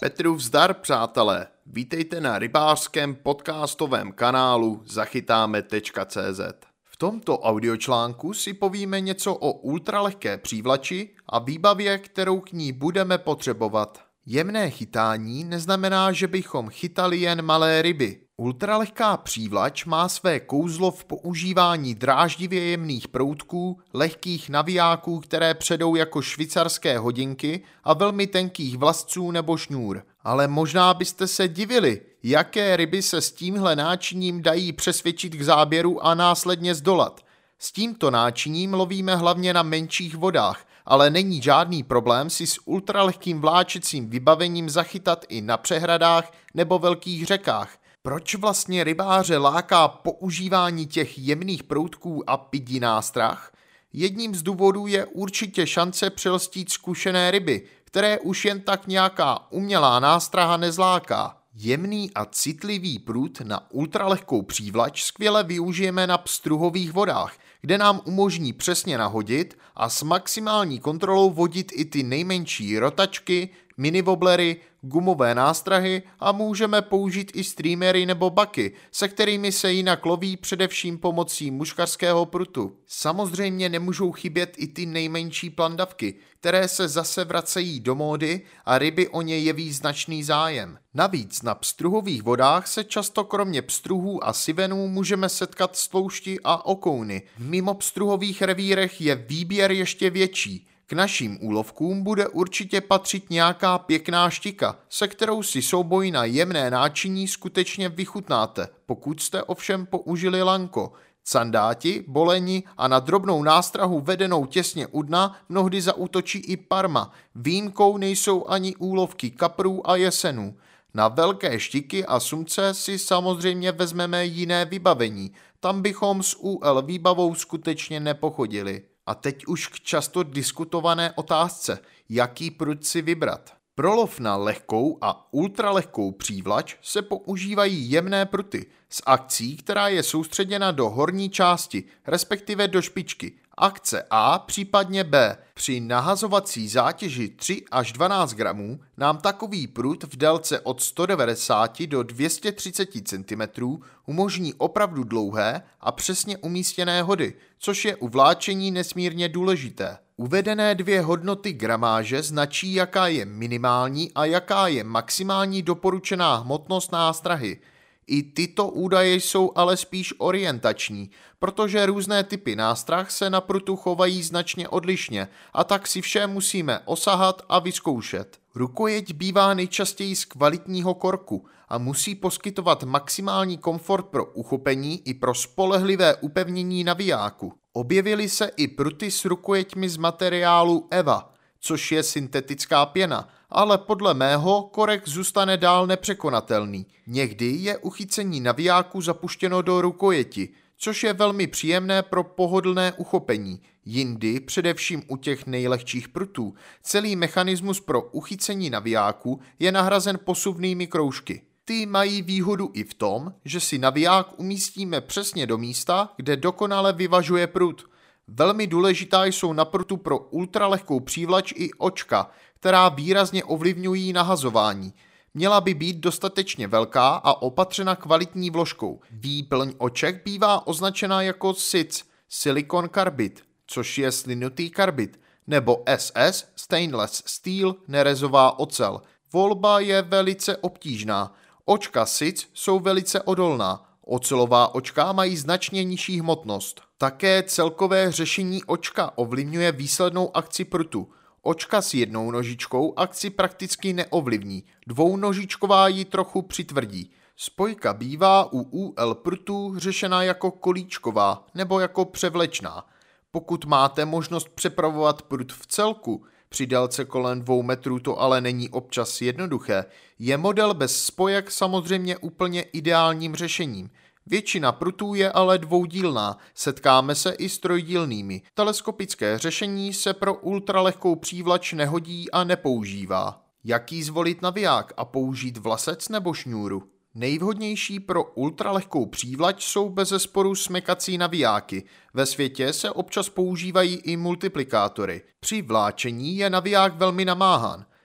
Petrův zdar, přátelé, vítejte na rybářském podcastovém kanálu zachytáme.cz. V tomto audiočlánku si povíme něco o ultralehké přívlači a výbavě, kterou k ní budeme potřebovat. Jemné chytání neznamená, že bychom chytali jen malé ryby. Ultralehká přívlač má své kouzlo v používání dráždivě jemných proutků, lehkých navijáků, které předou jako švýcarské hodinky a velmi tenkých vlasců nebo šňůr. Ale možná byste se divili, jaké ryby se s tímhle náčiním dají přesvědčit k záběru a následně zdolat. S tímto náčiním lovíme hlavně na menších vodách, ale není žádný problém si s ultralehkým vláčecím vybavením zachytat i na přehradách nebo velkých řekách. Proč vlastně rybáře láká používání těch jemných proutků a pidi nástrah? Jedním z důvodů je určitě šance přelstít zkušené ryby, které už jen tak nějaká umělá nástraha nezláká. Jemný a citlivý prut na ultralehkou přívlač skvěle využijeme na pstruhových vodách, kde nám umožní přesně nahodit a s maximální kontrolou vodit i ty nejmenší rotačky, minivoblery, gumové nástrahy a můžeme použít i streamery nebo baky, se kterými se jinak loví především pomocí muškařského prutu. Samozřejmě nemůžou chybět i ty nejmenší plandavky, které se zase vracejí do módy a ryby o ně jeví značný zájem. Navíc na pstruhových vodách se často kromě pstruhů a sivenů můžeme setkat s tloušti a okouny. V mimo pstruhových revírech je výběr ještě větší. K našim úlovkům bude určitě patřit nějaká pěkná štika, se kterou si souboj na jemné náčiní skutečně vychutnáte, pokud jste ovšem použili lanko. Candáti, boleni a na drobnou nástrahu vedenou těsně u dna mnohdy zaútočí i parma. Výjimkou nejsou ani úlovky kaprů a jesenů. Na velké štiky a sumce si samozřejmě vezmeme jiné vybavení, tam bychom s UL výbavou skutečně nepochodili. A teď už k často diskutované otázce, jaký prut si vybrat. Pro lov na lehkou a ultralehkou přívlač se používají jemné pruty s akcí, která je soustředěna do horní části, respektive do špičky. Akce A, případně B. Při nahazovací zátěži 3 až 12 gramů nám takový prut v délce od 190 do 230 cm umožní opravdu dlouhé a přesně umístěné hody, což je u vláčení nesmírně důležité. Uvedené dvě hodnoty gramáže značí, jaká je minimální a jaká je maximální doporučená hmotnost nástrahy. I tyto údaje jsou ale spíš orientační, protože různé typy nástrah se na prutu chovají značně odlišně a tak si vše musíme osahat a vyzkoušet. Rukojeť bývá nejčastěji z kvalitního korku a musí poskytovat maximální komfort pro uchopení i pro spolehlivé upevnění navijáku. Objevily se i pruty s rukojeťmi z materiálu EVA, což je syntetická pěna, ale podle mého korek zůstane dál nepřekonatelný. Někdy je uchycení navijáku zapuštěno do rukojeti, což je velmi příjemné pro pohodlné uchopení. Jindy, především u těch nejlehčích prutů, celý mechanismus pro uchycení navijáku je nahrazen posuvnými kroužky. Ty mají výhodu i v tom, že si naviják umístíme přesně do místa, kde dokonale vyvažuje prut. Velmi důležitá jsou na prutu pro ultralehkou přívlač i očka, která výrazně ovlivňují nahazování. Měla by být dostatečně velká a opatřena kvalitní vložkou. Výplň oček bývá označena jako SIC, silikon karbid, což je slинutý karbid, nebo SS, stainless steel, nerezová ocel. Volba je velice obtížná. Očka SIC jsou velice odolná. Ocelová očka mají značně nižší hmotnost. Také celkové řešení očka ovlivňuje výslednou akci prutu. Očka s jednou nožičkou akci prakticky neovlivní, dvounožičková ji trochu přitvrdí. Spojka bývá u UL prutů řešena jako kolíčková nebo jako převlečná. Pokud máte možnost přepravovat prut v celku, při délce kolem 2 metrů to ale není občas jednoduché, je model bez spojek samozřejmě úplně ideálním řešením. Většina prutů je ale dvoudílná, setkáme se i s trojdílnými. Teleskopické řešení se pro ultralehkou přívlač nehodí a nepoužívá. Jaký zvolit naviják a použít vlasec nebo šňůru? Nejvhodnější pro ultralehkou přívlač jsou bezesporu smykací navijáky. Ve světě se občas používají i multiplikátory. Při vláčení je naviják velmi namáhán.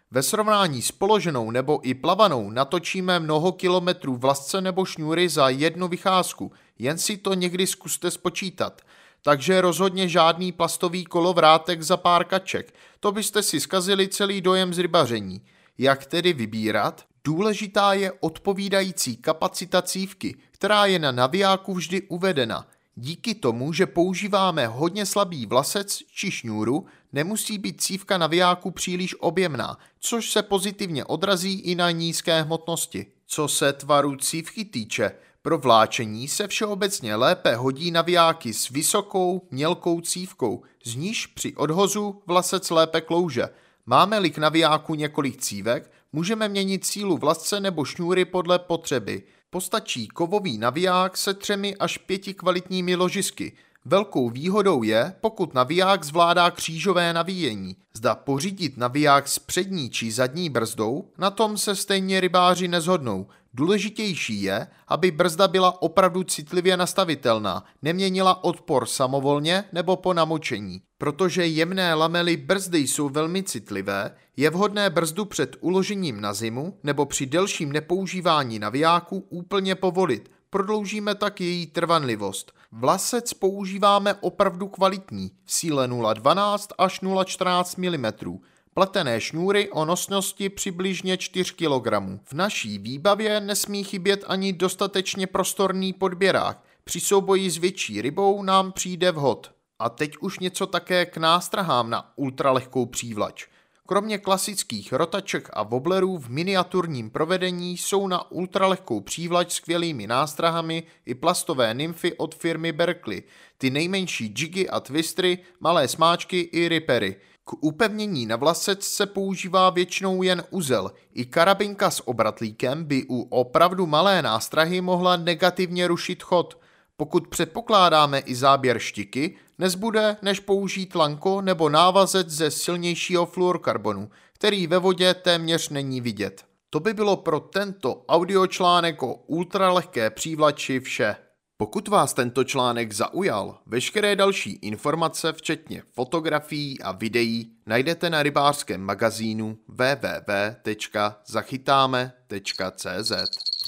Ve srovnání s položenou nebo i plavanou natočíme mnoho kilometrů vlasce nebo šňůry za jednu vycházku, jen si to někdy zkuste spočítat. Takže rozhodně žádný plastový kolovrátek za pár kaček, to byste si zkazili celý dojem z rybaření. Jak tedy vybírat? Důležitá je odpovídající kapacita cívky, která je na navijáku vždy uvedena. Díky tomu, že používáme hodně slabý vlasec či šňůru, nemusí být cívka navijáku příliš objemná, což se pozitivně odrazí i na nízké hmotnosti. Co se tvaru cívky týče, pro vláčení se všeobecně lépe hodí navijáky s vysokou, mělkou cívkou, z níž při odhozu vlasec lépe klouže. Máme-li k navijáku několik cívek, můžeme měnit sílu vlasce nebo šňůry podle potřeby. Postačí kovový naviják se 3 až 5 kvalitními ložisky. Velkou výhodou je, pokud naviják zvládá křížové navíjení. Zda pořídit naviják s přední či zadní brzdou, na tom se stejně rybáři nezhodnou. Důležitější je, aby brzda byla opravdu citlivě nastavitelná, neměnila odpor samovolně nebo po namočení. Protože jemné lamely brzdy jsou velmi citlivé, je vhodné brzdu před uložením na zimu nebo při delším nepoužívání navijáku úplně povolit. Prodloužíme tak její trvanlivost. Vlasec používáme opravdu kvalitní, v síle 0,12 až 0,14 mm. Pletené šňůry o nosnosti přibližně 4 kg. V naší výbavě nesmí chybět ani dostatečně prostorný podběrák. Při souboji s větší rybou nám přijde vhod. A teď už něco také k nástrahám na ultralehkou přívlač. Kromě klasických rotaček a wobblerů v miniaturním provedení jsou na ultralehkou přívlač skvělými nástrahami i plastové nymfy od firmy Berkley, ty nejmenší jigy a twistry, malé smáčky i ripery. K upevnění na vlasec se používá většinou jen uzel. I karabinka s obratlíkem by u opravdu malé nástrahy mohla negativně rušit chod. Pokud předpokládáme i záběr štiky, nezbude než použít lanko nebo návazec ze silnějšího fluorkarbonu, který ve vodě téměř není vidět. To by bylo pro tento audiočlánek o ultralehké přívlači vše. Pokud vás tento článek zaujal, veškeré další informace, včetně fotografií a videí, najdete na rybářském magazínu www.zachytame.cz.